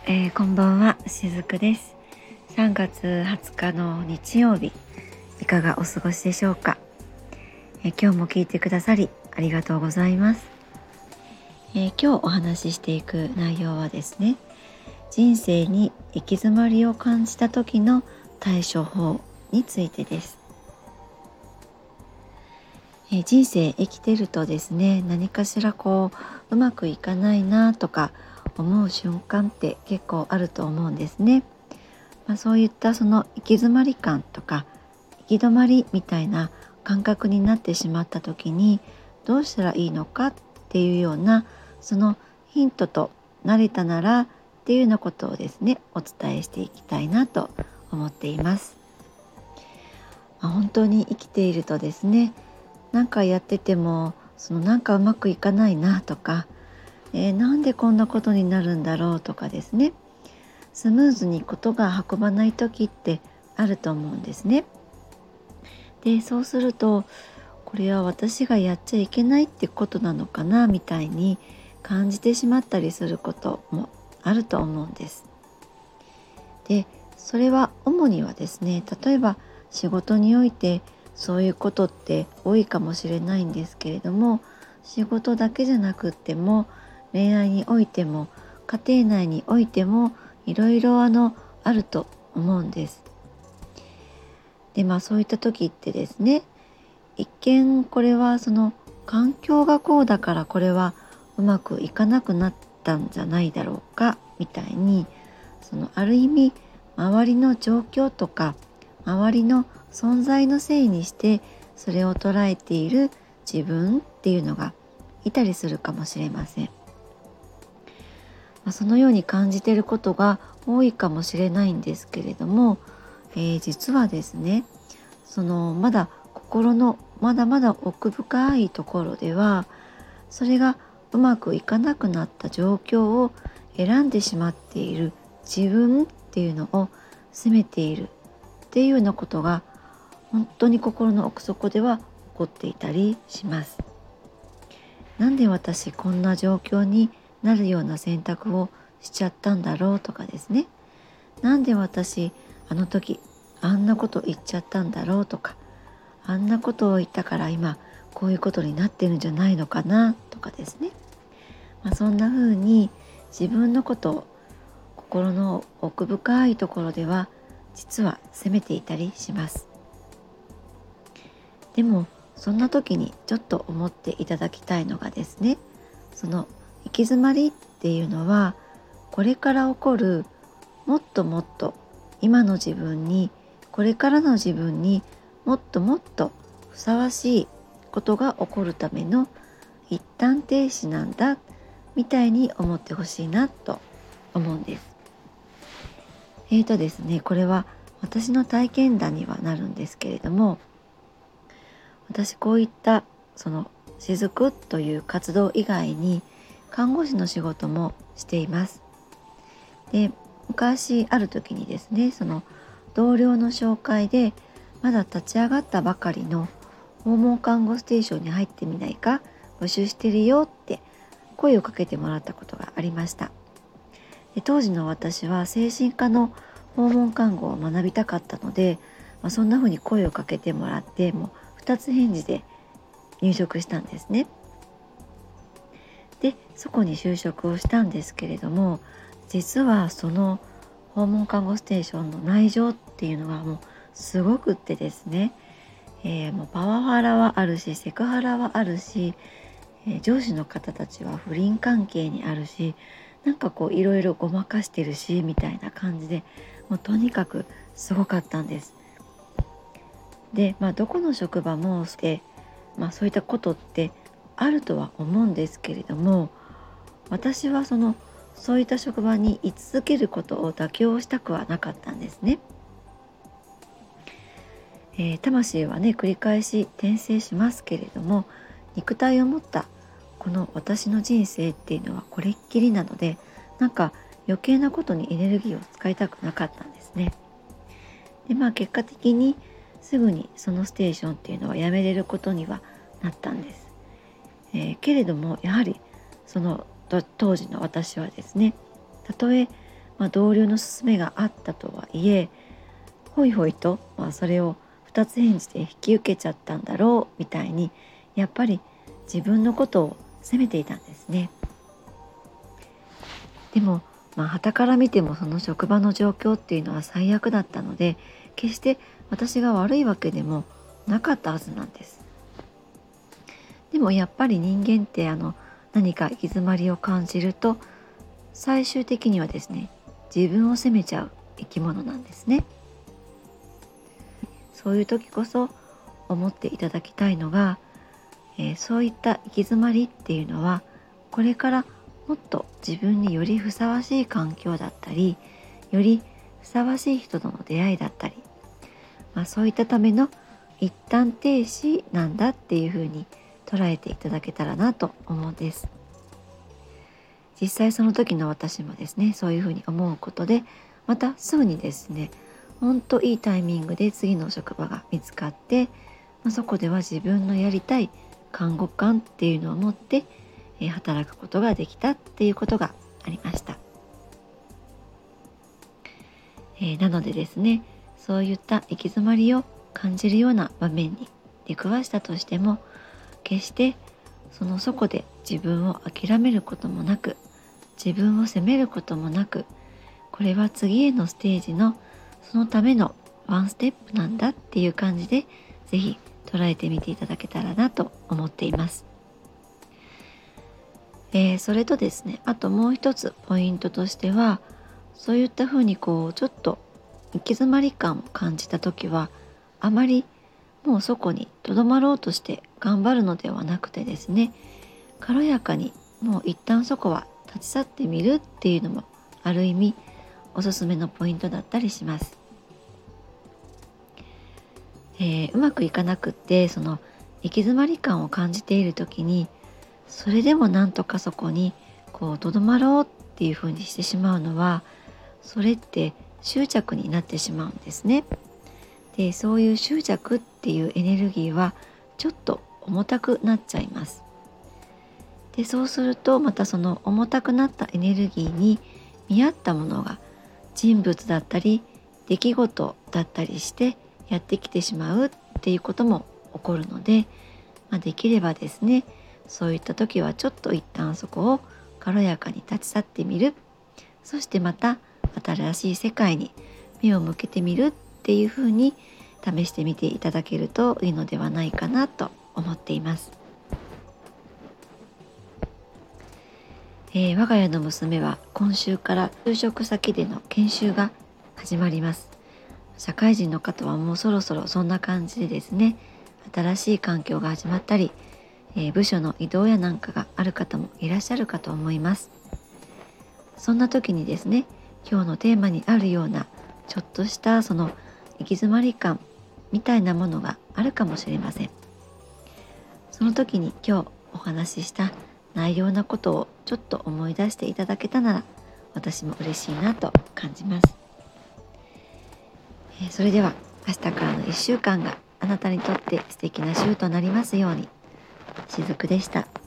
こんばんは、しずくです。3月20日の日曜日、いかがお過ごしでしょうか。今日も聞いてくださりありがとうございます。今日お話ししていく内容はですね、人生に行き詰まりを感じた時の対処法についてです。人生生きてるとですね、何かしらうまくいかないなとか思う瞬間って結構あると思うんですね。そういったその行き詰まり感とか行き止まりみたいな感覚になってしまった時にどうしたらいいのかっていうようなそのヒントと慣れたならっていうようなことをですねお伝えしていきたいなと思っています。本当に生きているとですね、なんかやっててもなんかうまくいかないなとか、なんでこんなことになるんだろうとかですね、スムーズにことが運ばない時ってあると思うんですね。で、そうするとこれは私がやっちゃいけないってことなのかなみたいに感じてしまったりすることもあると思うんです。で、それは主にはですね、例えば仕事においてそういうことって多いかもしれないんですけれども、仕事だけじゃなくっても恋愛においても家庭内においてもいろいろあると思うんです。で、そういった時ってですね、一見これは環境がこうだからこれはうまくいかなくなったんじゃないだろうかみたいに、ある意味周りの状況とか周りの存在のせいにしてそれを捉えている自分っていうのがいたりするかもしれません。そのように感じていることが多いかもしれないんですけれども、実はですね、まだ心のまだまだ奥深いところではそれがうまくいかなくなった状況を選んでしまっている自分っていうのを責めているっていうようなことが本当に心の奥底では起こっていたりします。なんで私こんな状況になるような選択をしちゃったんだろうとかですね、なんで私あの時あんなこと言っちゃったんだろうとか、あんなことを言ったから今こういうことになってるんじゃないのかなとかですね、そんな風に自分のことを心の奥深いところでは実は責めていたりします。でもそんな時にちょっと思っていただきたいのがですね、その行き詰まりっていうのはこれから起こるもっともっと今の自分に、これからの自分にもっともっとふさわしいことが起こるための一旦停止なんだみたいに思ってほしいなと思うんです。ですね、これは私の体験談にはなるんですけれども、私こういった雫という活動以外に看護師の仕事もしています。で、昔ある時にですね、同僚の紹介でまだ立ち上がったばかりの訪問看護ステーションに入ってみないか、募集してるよって声をかけてもらったことがありました。で、当時の私は精神科の訪問看護を学びたかったので、そんな風に声をかけてもらってもう2つ返事で入職したんですね。で、そこに就職をしたんですけれども、実はその訪問看護ステーションの内情っていうのはもうすごくってですね、もうパワハラはあるしセクハラはあるし、上司の方たちは不倫関係にあるし、なんかいろいろごまかしてるしみたいな感じで、もうとにかくすごかったんです。で、どこの職場もそういったことってあるとは思うんですけれども、私はそういった職場に居続けることを妥協したくはなかったんですね。魂はね繰り返し転生しますけれども、肉体を持ったこの私の人生っていうのはこれっきりなので、なんか余計なことにエネルギーを使いたくなかったんですね。で、結果的にすぐにそのステーションっていうのはやめれることにはなったんです。けれどもやはり当時の私はですね、たとえ同僚の勧めがあったとはいえ、ほいほいと、それを二つ返事で引き受けちゃったんだろうみたいに、やっぱり自分のことを責めていたんですね。でも傍から見てもその職場の状況っていうのは最悪だったので、決して私が悪いわけでもなかったはずなんです。でもやっぱり人間って何か行き詰まりを感じると、最終的にはですね、自分を責めちゃう生き物なんですね。そういう時こそ思っていただきたいのが、そういった行き詰まりっていうのは、これからもっと自分によりふさわしい環境だったり、よりふさわしい人との出会いだったり、そういったための一旦停止なんだっていうふうに捉えていただけたらなと思うんです。実際その時の私もですね、そういうふうに思うことで、またすぐにですね、ほんといいタイミングで次の職場が見つかって、そこでは自分のやりたい看護官っていうのを持って、働くことができたっていうことがありました。なのでですね、そういった行き詰まりを感じるような場面に出くわしたとしても、決してそこで自分を諦めることもなく、自分を責めることもなく、これは次へのステージのそのためのワンステップなんだっていう感じで、ぜひ捉えてみていただけたらなと思っています。それとですね、あともう一つポイントとしては、そういったふうにちょっと行き詰まり感を感じた時は、あまりもうそこにとどまろうとして頑張るのではなくてですね、軽やかにもう一旦そこは立ち去ってみるっていうのも、ある意味おすすめのポイントだったりします。うまくいかなくって、その行き詰まり感を感じている時に、それでもなんとかそこにとどまろうっていうふうにしてしまうのは、それって執着になってしまうんですね。で、そういう執着っていうエネルギーはちょっと重たくなっちゃいます。で、そうするとまたその重たくなったエネルギーに見合ったものが、人物だったり出来事だったりしてやってきてしまうっていうことも起こるので、できればですね、そういった時はちょっと一旦そこを軽やかに立ち去ってみる。そしてまた新しい世界に目を向けてみるっていうふうに試してみていただけるといいのではないかなと思っています。我が家の娘は今週から就職先での研修が始まります。社会人の方はもうそろそろそんな感じでですね、新しい環境が始まったり、部署の移動やなんかがある方もいらっしゃるかと思います。そんな時にですね、今日のテーマにあるようなちょっとしたその行き詰まり感みたいなものがあるかもしれません。その時に今日お話しした内容なことをちょっと思い出していただけたなら、私も嬉しいなと感じます。それでは明日からの1週間があなたにとって素敵な週となりますように。しずくでした。